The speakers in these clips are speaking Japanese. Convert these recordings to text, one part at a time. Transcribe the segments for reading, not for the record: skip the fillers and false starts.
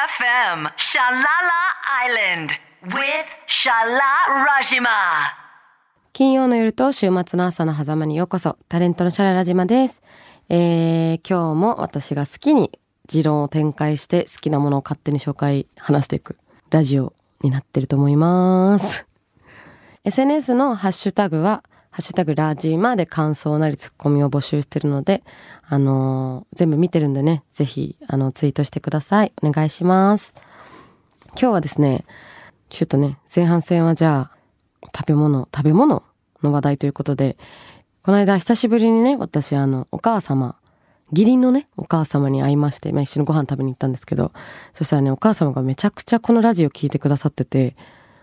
FM Shalala Island with Shala Rajima。 金曜の夜と週末の朝の狭間にようこそ。タレントのシャララ島です。今日も私が好きに持論を展開して好きなものを勝手に話していくラジオになってると思います。SNS のハッシュタグはハッシュタグラジマで感想なりツッコミを募集してるので、全部見てるんでね、ぜひツイートしてください。お願いします。今日はですね、ちょっとね、前半戦はじゃあ食べ物の話題ということで、この間久しぶりにね、私お母様、義理のねお母様に会いまして、一緒にご飯食べに行ったんですけど、そしたらね、お母様がめちゃくちゃこのラジオ聞いてくださってて、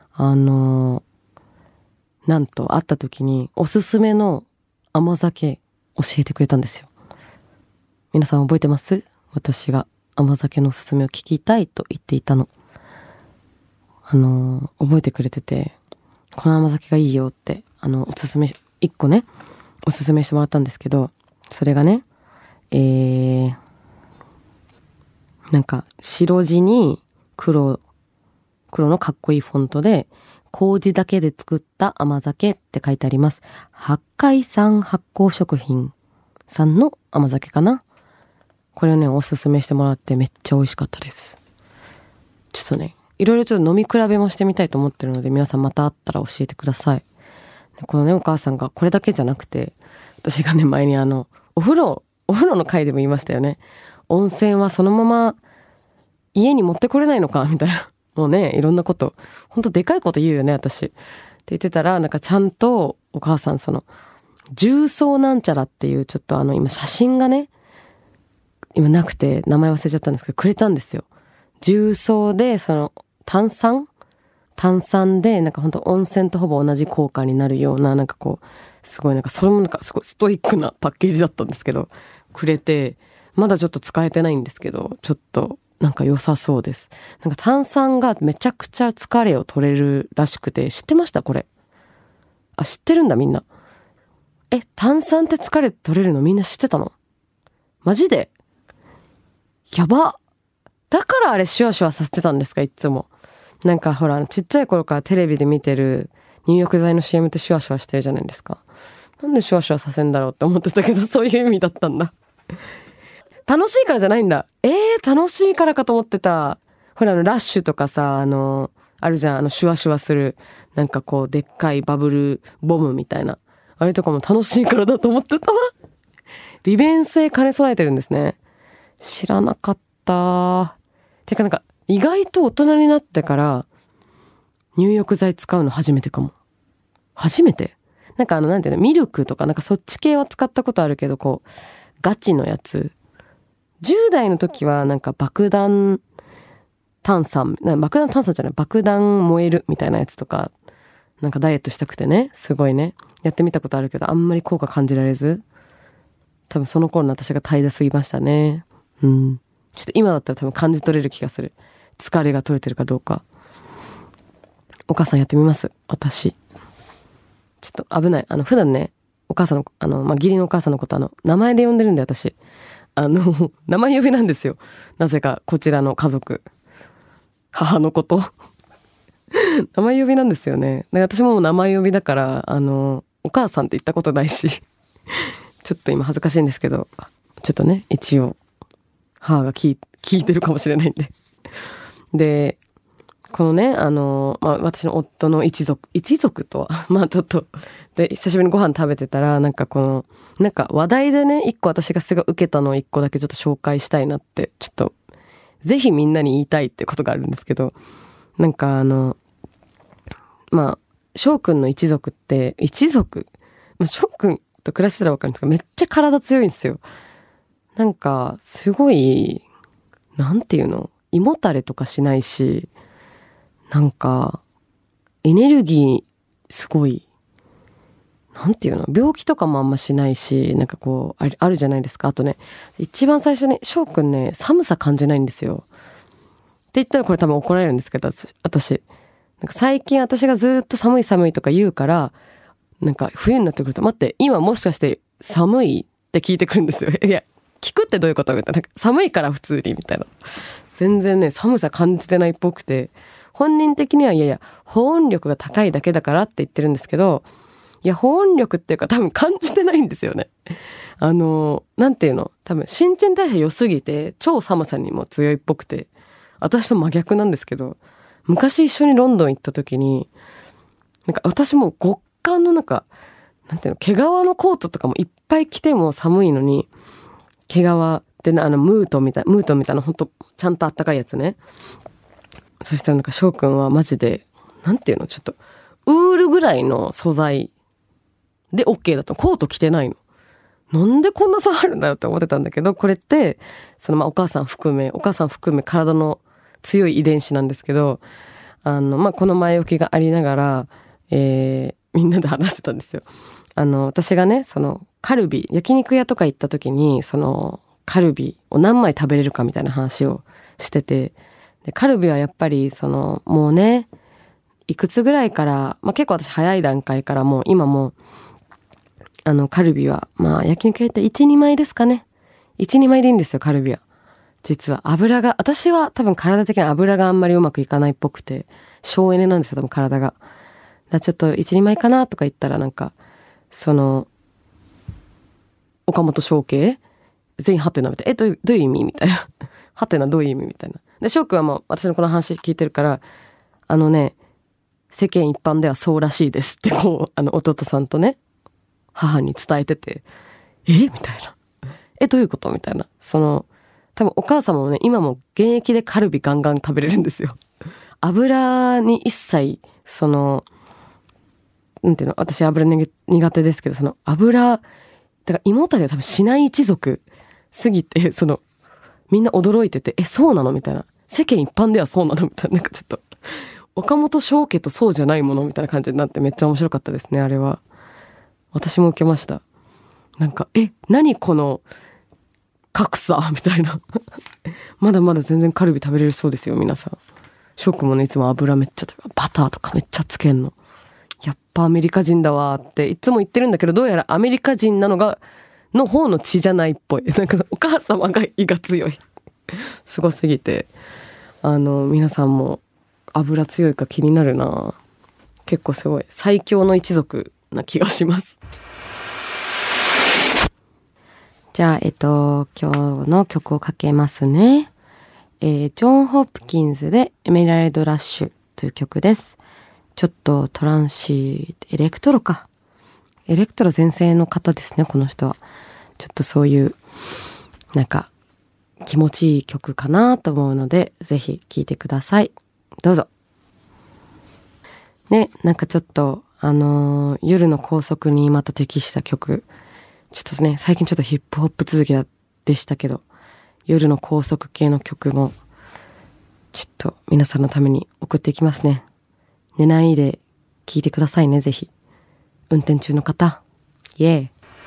なんと会った時におすすめの甘酒教えてくれたんですよ。皆さん覚えてます？私が甘酒のおすすめを聞きたいと言っていたの。覚えてくれてて、この甘酒がいいよっておすすめ1個ねおすすめしてもらったんですけど、それがねなんか白地に黒のかっこいいフォントで麹だけで作った甘酒って書いてあります。八海山発酵食品さんの甘酒かな。これをねおすすめしてもらってめっちゃ美味しかったです。ちょっとね、いろいろちょっと飲み比べもしてみたいと思ってるので、皆さんまたあったら教えてください。このねお母さんがこれだけじゃなくて、私がね前にお風呂の回でも言いましたよね。温泉はそのまま家に持ってこれないのかみたいな、もうねいろんなことほんとでかいこと言うよね私って言ってたら、なんかちゃんとお母さん重曹なんちゃらっていう、ちょっと今写真がね今なくて名前忘れちゃったんですけど、くれたんですよ。重曹で炭酸でなんかほんと温泉とほぼ同じ効果になるような、なんかこうすごいなんかそれもなんかすごいストイックなパッケージだったんですけど、くれて、まだちょっと使えてないんですけど、ちょっとなんか良さそうです。なんか炭酸がめちゃくちゃ疲れを取れるらしくて、知ってましたこれ？知ってるんだみんな。炭酸って疲れ取れるのみんな知ってたの？マジで？やば。だからあれシュワシュワさせてたんですか？いつもなんかほらちっちゃい頃からテレビで見てる入浴剤の CM ってシュワシュワしてるじゃないですか。なんでシュワシュワさせんだろうって思ってたけど、そういう意味だったんだ。楽しいからじゃないんだ。楽しいからかと思ってた。ほらラッシュとかさ、あるじゃん、シュワシュワするなんかこうでっかいバブルボムみたいな、あれとかも楽しいからだと思ってた。利便性兼ね備えてるんですね。知らなかった。てかなんか意外と大人になってから入浴剤使うの初めてかも。初めて？なんかなんていうの、ミルクとかなんかそっち系は使ったことあるけど、こうガチのやつ、10代の時はなんか爆弾炭酸じゃない、爆弾燃えるみたいなやつとか、なんかダイエットしたくてね、すごいねやってみたことあるけど、あんまり効果感じられず、多分その頃の私が怠惰すぎましたね。ちょっと今だったら多分感じ取れる気がする。疲れが取れてるかどうか。お母さんやってみます。私ちょっと危ない。普段ねお母さんの義理のお母さんのこと名前で呼んでるんで、私名前呼びなんですよ。なぜかこちらの家族、母のこと名前呼びなんですよね。で私も名前呼びだからお母さんって言ったことないしちょっと今恥ずかしいんですけど、ちょっとね一応母が聞いてるかもしれないんででこのね私の夫の一族とはちょっとで久しぶりにご飯食べてたら、なんか話題でね一個私がすごい受けたのを一個だけちょっと紹介したいなって、ちょっとぜひみんなに言いたいってことがあるんですけど、なんか翔くんの一族って翔くんと暮らしてたら分かるんですけど、めっちゃ体強いんですよ。なんかすごいなんていうの、胃もたれとかしないし、なんかエネルギーすごい、なんていうの、病気とかもあんましないし、なんかこうあるじゃないですか。あとね一番最初に翔くんね寒さ感じないんですよって言ったら、これ多分怒られるんですけど、私なんか最近私がずっと寒いとか言うから、なんか冬になってくると、待って今もしかして寒いって聞いてくるんですよ。いや聞くってどういうことみたいな。寒いから普通にみたいな。全然ね、寒さ感じてないっぽくて、本人的にはいやいや、保温力が高いだけだからって言ってるんですけど、いや、保温力っていうか多分感じてないんですよね。なんていうの、多分新陳代謝良すぎて、超寒さにも強いっぽくて、私と真逆なんですけど、昔一緒にロンドン行った時に、なんか私も極寒の中、なんていうの、毛皮のコートとかもいっぱい着ても寒いのに、毛皮ってムートみたいなほんとちゃんとあったかいやつね。そしたらなんか翔くんはマジで、なんていうの、ちょっとウールぐらいの素材で OK だったの。コート着てないの。なんでこんな差あるんだよって思ってたんだけど、これってお母さん含め体の強い遺伝子なんですけど、この前置きがありながら、みんなで話してたんですよ。私がね、カルビ、焼肉屋とか行った時に、カルビを何枚食べれるかみたいな話をしてて、でカルビはやっぱり、もうね、いくつぐらいから、結構私早い段階からもう今もカルビは、焼肉屋行って1、2枚ですかね。1、2枚でいいんですよ、カルビは。実は私は多分体的に油があんまりうまくいかないっぽくて、省エネなんですよ、多分体が。ちょっと1、2枚かなとか言ったら岡本翔慶全員ハテナみたいな。どういう意味みたいな。ハテナどういう意味みたいな。で、翔くんはもう私のこの話聞いてるから、世間一般ではそうらしいですって弟さんとね、母に伝えてて、みたいな。どういうことみたいな。多分お母様もね、今も現役でカルビガンガン食べれるんですよ。油に一切、なんていうの、私油苦手ですけど、油、だから胃もたれを多分しない一族すぎて、みんな驚いてて、そうなのみたいな。世間一般ではそうなのみたいな。なんかちょっと、岡本翔家とそうじゃないものみたいな感じになってめっちゃ面白かったですね、あれは。私も受けました。なんか、何この格差みたいな。まだまだ全然カルビ食べれるそうですよ、皆さん。翔くんもね、いつも油めっちゃバターとかめっちゃつけんの。やっぱアメリカ人だわっていつも言ってるんだけど、どうやらアメリカ人なの方の血じゃないっぽい。なんかお母様が胃が強い。すごすぎて。皆さんも油強いか気になるな。結構すごい最強の一族な気がします。じゃあ、今日の曲をかけますね。ジョン・ホプキンズでエメラルド・ラッシュという曲です。ちょっとトランシー、エレクトロ全盛の方ですね、この人は。ちょっとそういう、なんか、気持ちいい曲かなと思うので、ぜひ聴いてください。どうぞ。ね、なんかちょっと、夜の高速にまた適した曲。ちょっとね、最近ちょっとヒップホップ続きでしたけど、夜の高速系の曲も、ちょっと皆さんのために送っていきますね。寝ないで聴いてくださいね、ぜひ。運転中の方、イエ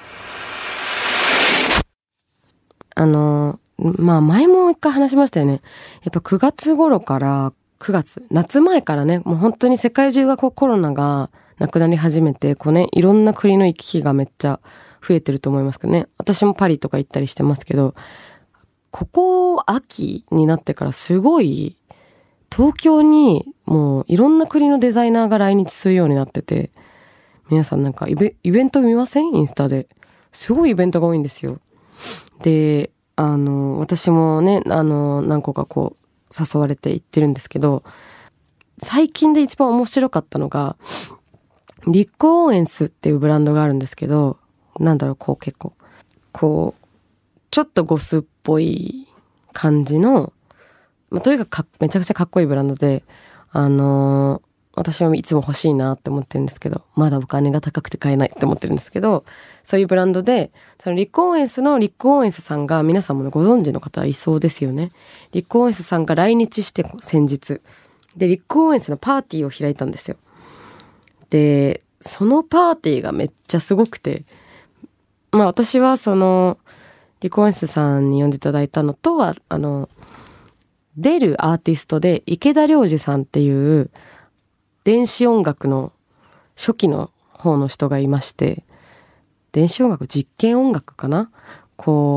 ー。前も一回話しましたよね。やっぱ9月頃から、夏前からね、もう本当に世界中がコロナがなくなり始めて、いろんな国の行き来がめっちゃ増えてると思いますけどね。私もパリとか行ったりしてますけど、ここ秋になってからすごい、東京にもういろんな国のデザイナーが来日するようになってて、皆さんなんかイベント見ません？インスタで。すごいイベントが多いんですよ。で、私もね、何個か誘われて行ってるんですけど、最近で一番面白かったのが、リック・オーエンスっていうブランドがあるんですけど、結構、ちょっとゴスっぽい感じの、とにかくめちゃくちゃかっこいいブランドで、私はいつも欲しいなって思ってるんですけど、まだお金が高くて買えないって思ってるんですけど、そういうブランドで、そのリック・オーエンスのリック・オーエンスさんが、皆さんもご存知の方はいそうですよね。リック・オーエンスさんが来日して先日。で、リック・オーエンスのパーティーを開いたんですよ。で、そのパーティーがめっちゃすごくて、私はリック・オーエンスさんに呼んでいただいたのとは、出るアーティストで池田良二さんっていう電子音楽の初期の方の人がいまして、電子音楽、実験音楽かな、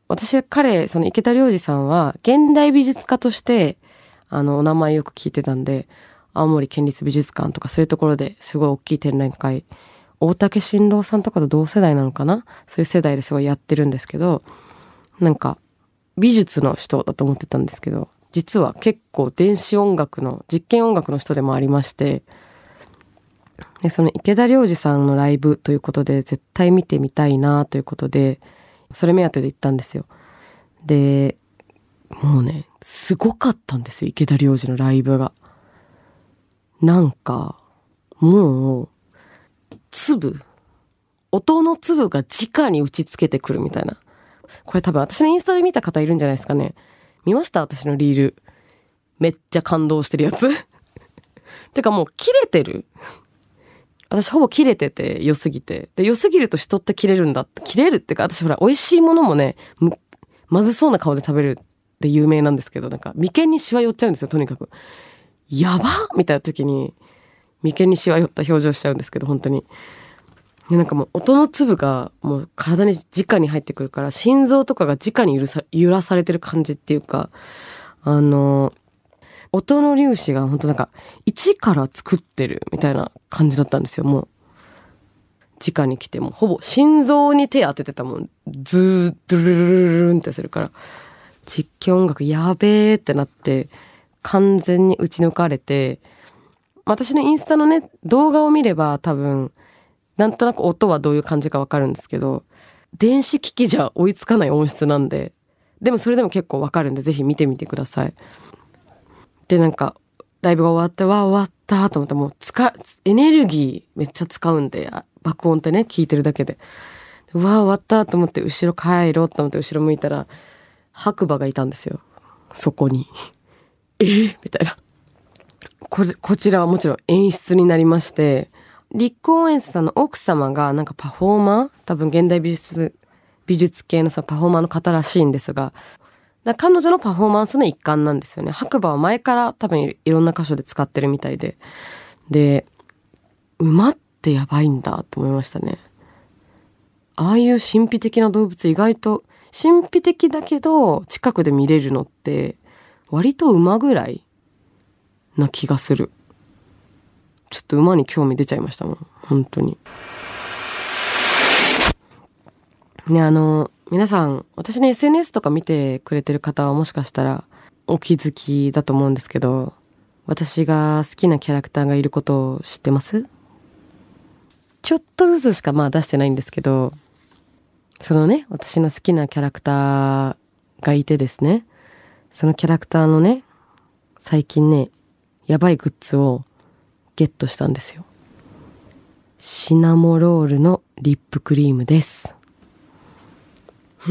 その池田良二さんは現代美術家としてお名前よく聞いてたんで、青森県立美術館とかそういうところですごい大きい展覧会、大竹新郎さんとかと同世代なのかな、そういう世代ですごいやってるんですけど、なんか美術の人だと思ってたんですけど、実は結構電子音楽の実験音楽の人でもありまして、でその池田良二さんのライブということで絶対見てみたいなということで、それ目当てで行ったんですよ。でもうね、すごかったんですよ、池田良二のライブが。なんかもう音の粒が直に打ちつけてくるみたいな。これ多分私のインスタで見た方いるんじゃないですかね。見ました？私のリールめっちゃ感動してるやつてかもう切れてる。私ほぼ切れてて、良すぎて。で良すぎると人って切れるんだって。切れるってか、私ほら美味しいものもね、まずそうな顔で食べるで有名なんですけど、なんか眉間にシワ寄っちゃうんですよ。とにかくやばみたいな時に眉間にシワ寄った表情しちゃうんですけど、本当に。でなんかもう音の粒がもう体に直に入ってくるから、心臓とかが直に揺らされてる感じっていうか、音の粒子が本当なんか一から作ってるみたいな感じだったんですよ。もう直に来て、もほぼ心臓に手当ててたもん。ズードゥルルルルンってするから、実況音楽やべーってなって完全に打ち抜かれて、私のインスタのね動画を見れば多分なんとなく音はどういう感じかわかるんですけど、電子機器じゃ追いつかない音質なんで、でもそれでも結構わかるんでぜひ見てみてください。でなんかライブが終わって終わったと思ったら、もうエネルギーめっちゃ使うんで、爆音ってね聞いてるだけで、終わったと思って後ろ帰ろうと思って後ろ向いたら白馬がいたんですよ、そこにみたいな。こちらはもちろん演出になりまして、リック・オーエンスさんの奥様がなんかパフォーマー、多分現代美術系のそのパフォーマーの方らしいんですが、彼女のパフォーマンスの一環なんですよね。白馬は前から多分いろんな箇所で使ってるみたいで、馬ってやばいんだと思いましたね。ああいう神秘的な動物、意外と神秘的だけど近くで見れるのって割と馬ぐらいな気がする。ちょっと馬に興味出ちゃいましたもん、本当に。ね、皆さん私の SNS とか見てくれてる方はもしかしたらお気づきだと思うんですけど、私が好きなキャラクターがいることを知ってます？ちょっとずつしかまあ出してないんですけど、そのね私の好きなキャラクターがいてですね、そのキャラクターのね最近ねやばいグッズをゲットしたんですよ。シナモロールのリップクリームです。ス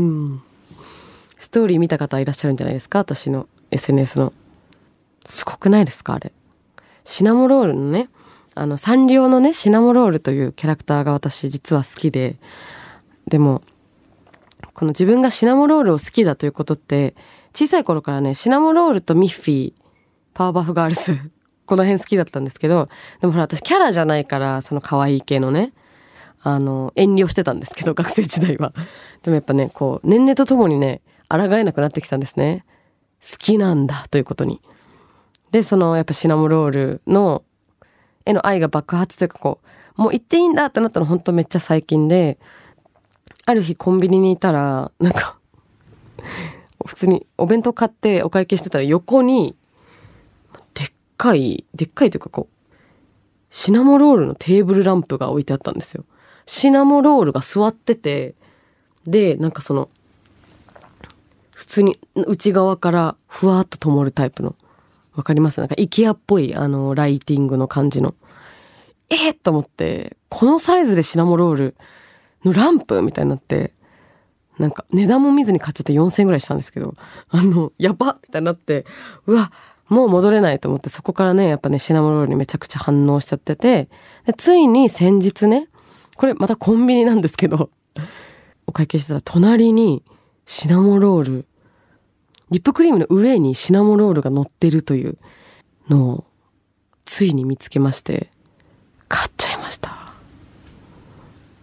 トーリー見た方いらっしゃるんじゃないですか、私の SNS の。すごくないですかあれ。シナモロールのね、サンリオのねシナモロールというキャラクターが私実は好きで、でもこの自分がシナモロールを好きだということって、小さい頃からねシナモロールとミッフィー、パワーバフガールズこの辺好きだったんですけど、でもほら私キャラじゃないから、その可愛い系のね遠慮してたんですけど、学生時代は。でもやっぱねこう年齢とともにね抗えなくなってきたんですね、好きなんだということに。でそのやっぱシナモロールのへの愛が爆発というか、こうもう行っていいんだってなったの本当めっちゃ最近で、ある日コンビニにいたらなんか普通にお弁当買ってお会計してたら、横にでっかいというか、こうシナモロールのテーブルランプが置いてあったんですよ。シナモロールが座ってて、でなんかその普通に内側からふわっと灯るタイプの、わかります？なんかイケアっぽいライティングの感じの、と思って、このサイズでシナモロールのランプみたいになって、なんか値段も見ずに買っちゃって4000円ぐらいしたんですけど、やばっみたいになって、うわもう戻れないと思って、そこからねやっぱねシナモロールにめちゃくちゃ反応しちゃってて、でついに先日ね、これまたコンビニなんですけどお会計してたら、隣にシナモロール、リップクリームの上にシナモロールが乗ってるというのをついに見つけまして、買っちゃいました。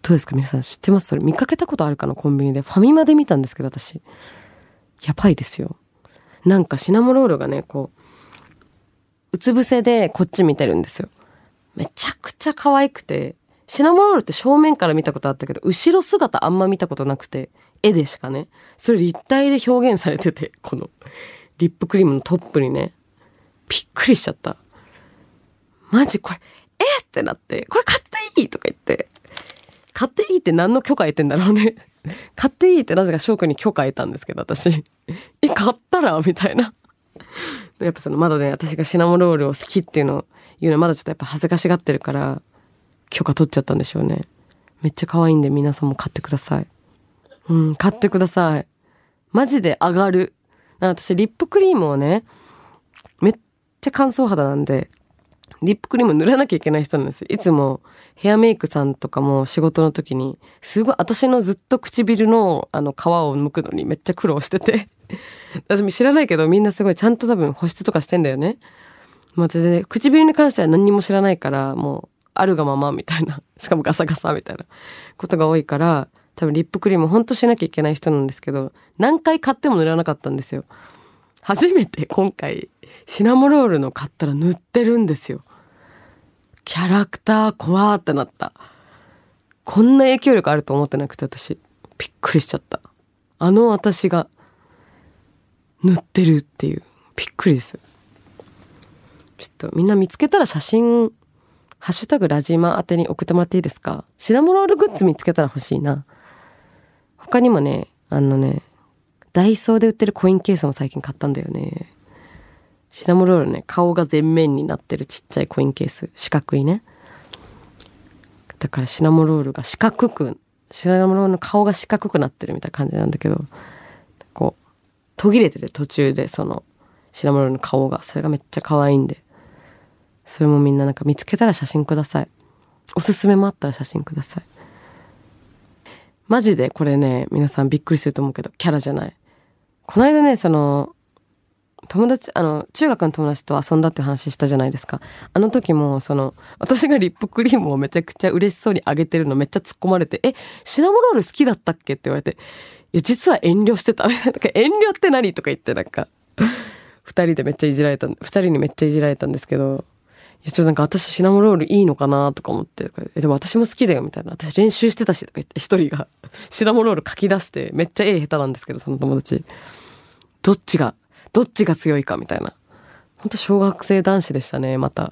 どうですか皆さん、知ってます？それ見かけたことあるかな？コンビニで。ファミマで見たんですけど、私やばいですよ。なんかシナモロールがね、こううつ伏せでこっち見てるんですよ。めちゃくちゃ可愛くて、シナモロールって正面から見たことあったけど、後ろ姿あんま見たことなくて、絵でしかね。それ立体で表現されてて、このリップクリームのトップにね、びっくりしちゃった。マジこれってなって、これ買っていいとか言って、買っていいって何の許可得てんだろうね。買っていいってなぜか翔くんに許可得たんですけど、私買ったらみたいな。やっぱまだね、私がシナモロールを好きっていうのを言うのまだちょっとやっぱ恥ずかしがってるから許可取っちゃったんでしょうね。めっちゃ可愛いんで皆さんも買ってください。買ってください。マジで上がる。私リップクリームをね、めっちゃ乾燥肌なんでリップクリーム塗らなきゃいけない人なんですよ。いつもヘアメイクさんとかも仕事の時にすごい私のずっと唇の皮を剥くのにめっちゃ苦労してて私も知らないけどみんなすごいちゃんと多分保湿とかしてんだよね。全然唇に関しては何にも知らないからもうあるがままみたいな、しかもガサガサみたいなことが多いから多分リップクリームほんとしなきゃいけない人なんですけど、何回買っても塗らなかったんですよ。初めて今回シナモロールの買ったら塗ってるんですよ。キャラクター怖ーってなった。こんな影響力あると思ってなくて私びっくりしちゃった。私が塗ってるっていうびっくりです。ちょっとみんな見つけたら写真ハッシュタグラジマ宛てに送ってもらっていいですか？シナモロールグッズ見つけたら欲しいな。他にもね、ダイソーで売ってるコインケースも最近買ったんだよね。シナモロールね、顔が全面になってるちっちゃいコインケース、四角いね。だからシナモロールがシナモロールの顔が四角くなってるみたいな感じなんだけど、こう途切れてて途中でシナモロールの顔が、それがめっちゃ可愛いんで、それもみんななんか見つけたら写真ください。おすすめもあったら写真ください。マジでこれね、皆さんびっくりすると思うけどキャラじゃない。この間ね、友達、中学の友達と遊んだって話したじゃないですか。あの時も私がリップクリームをめちゃくちゃ嬉しそうにあげてるのめっちゃ突っ込まれて、シナモロール好きだったっけって言われて、いや実は遠慮してたみたいな。遠慮って何とか言ってなんか二人にめっちゃいじられたんですけど、ちょっとなんか私シナモロールいいのかなとか思って、でも私も好きだよみたいな、私練習してたしとか言って一人がシナモロール書き出してめっちゃ絵下手なんですけど、その友達どっちが強いかみたいな、ほんと小学生男子でしたね。また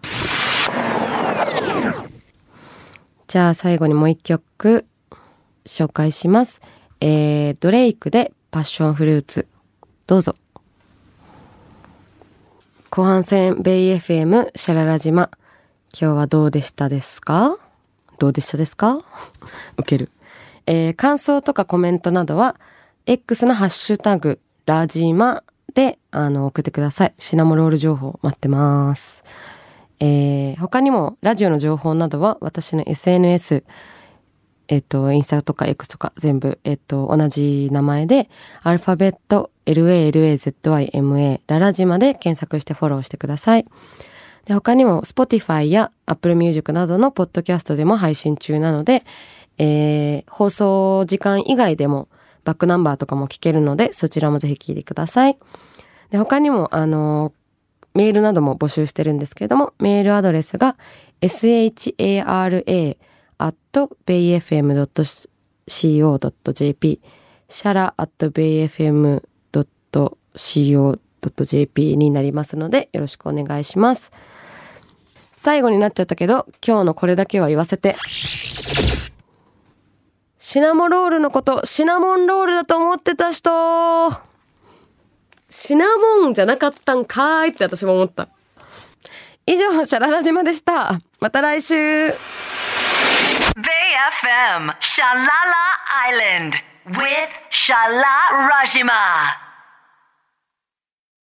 じゃあ最後にもう一曲紹介します。ドレイクでパッションフルーツ、どうぞ。後半戦ベイ FM シャララ島、今日はどうでしたですか？ウケる。感想とかコメントなどは X のハッシュタグラジマで送ってください。シナモロール情報待ってます。他にもラジオの情報などは私の SNS、インスタとか X とか全部、同じ名前でアルファベット LALAZYMA ララジマで検索してフォローしてください。で、他にも Spotify や Apple Music などのポッドキャストでも配信中なので、放送時間以外でもバックナンバーとかも聞けるので、そちらもぜひ聞いてください。で、他にもメールなども募集してるんですけれども、メールアドレスが shara@bayfm.co.jp シャラ @bayfm.co.jp になりますのでよろしくお願いします。最後になっちゃったけど、今日のこれだけは言わせて。シナモロールのことシナモンロールだと思ってた人、シナモンじゃなかったんかーいって私も思った。以上、シャララ島でした。また来週。 Bay FM Shalala Island with Shala Rajima.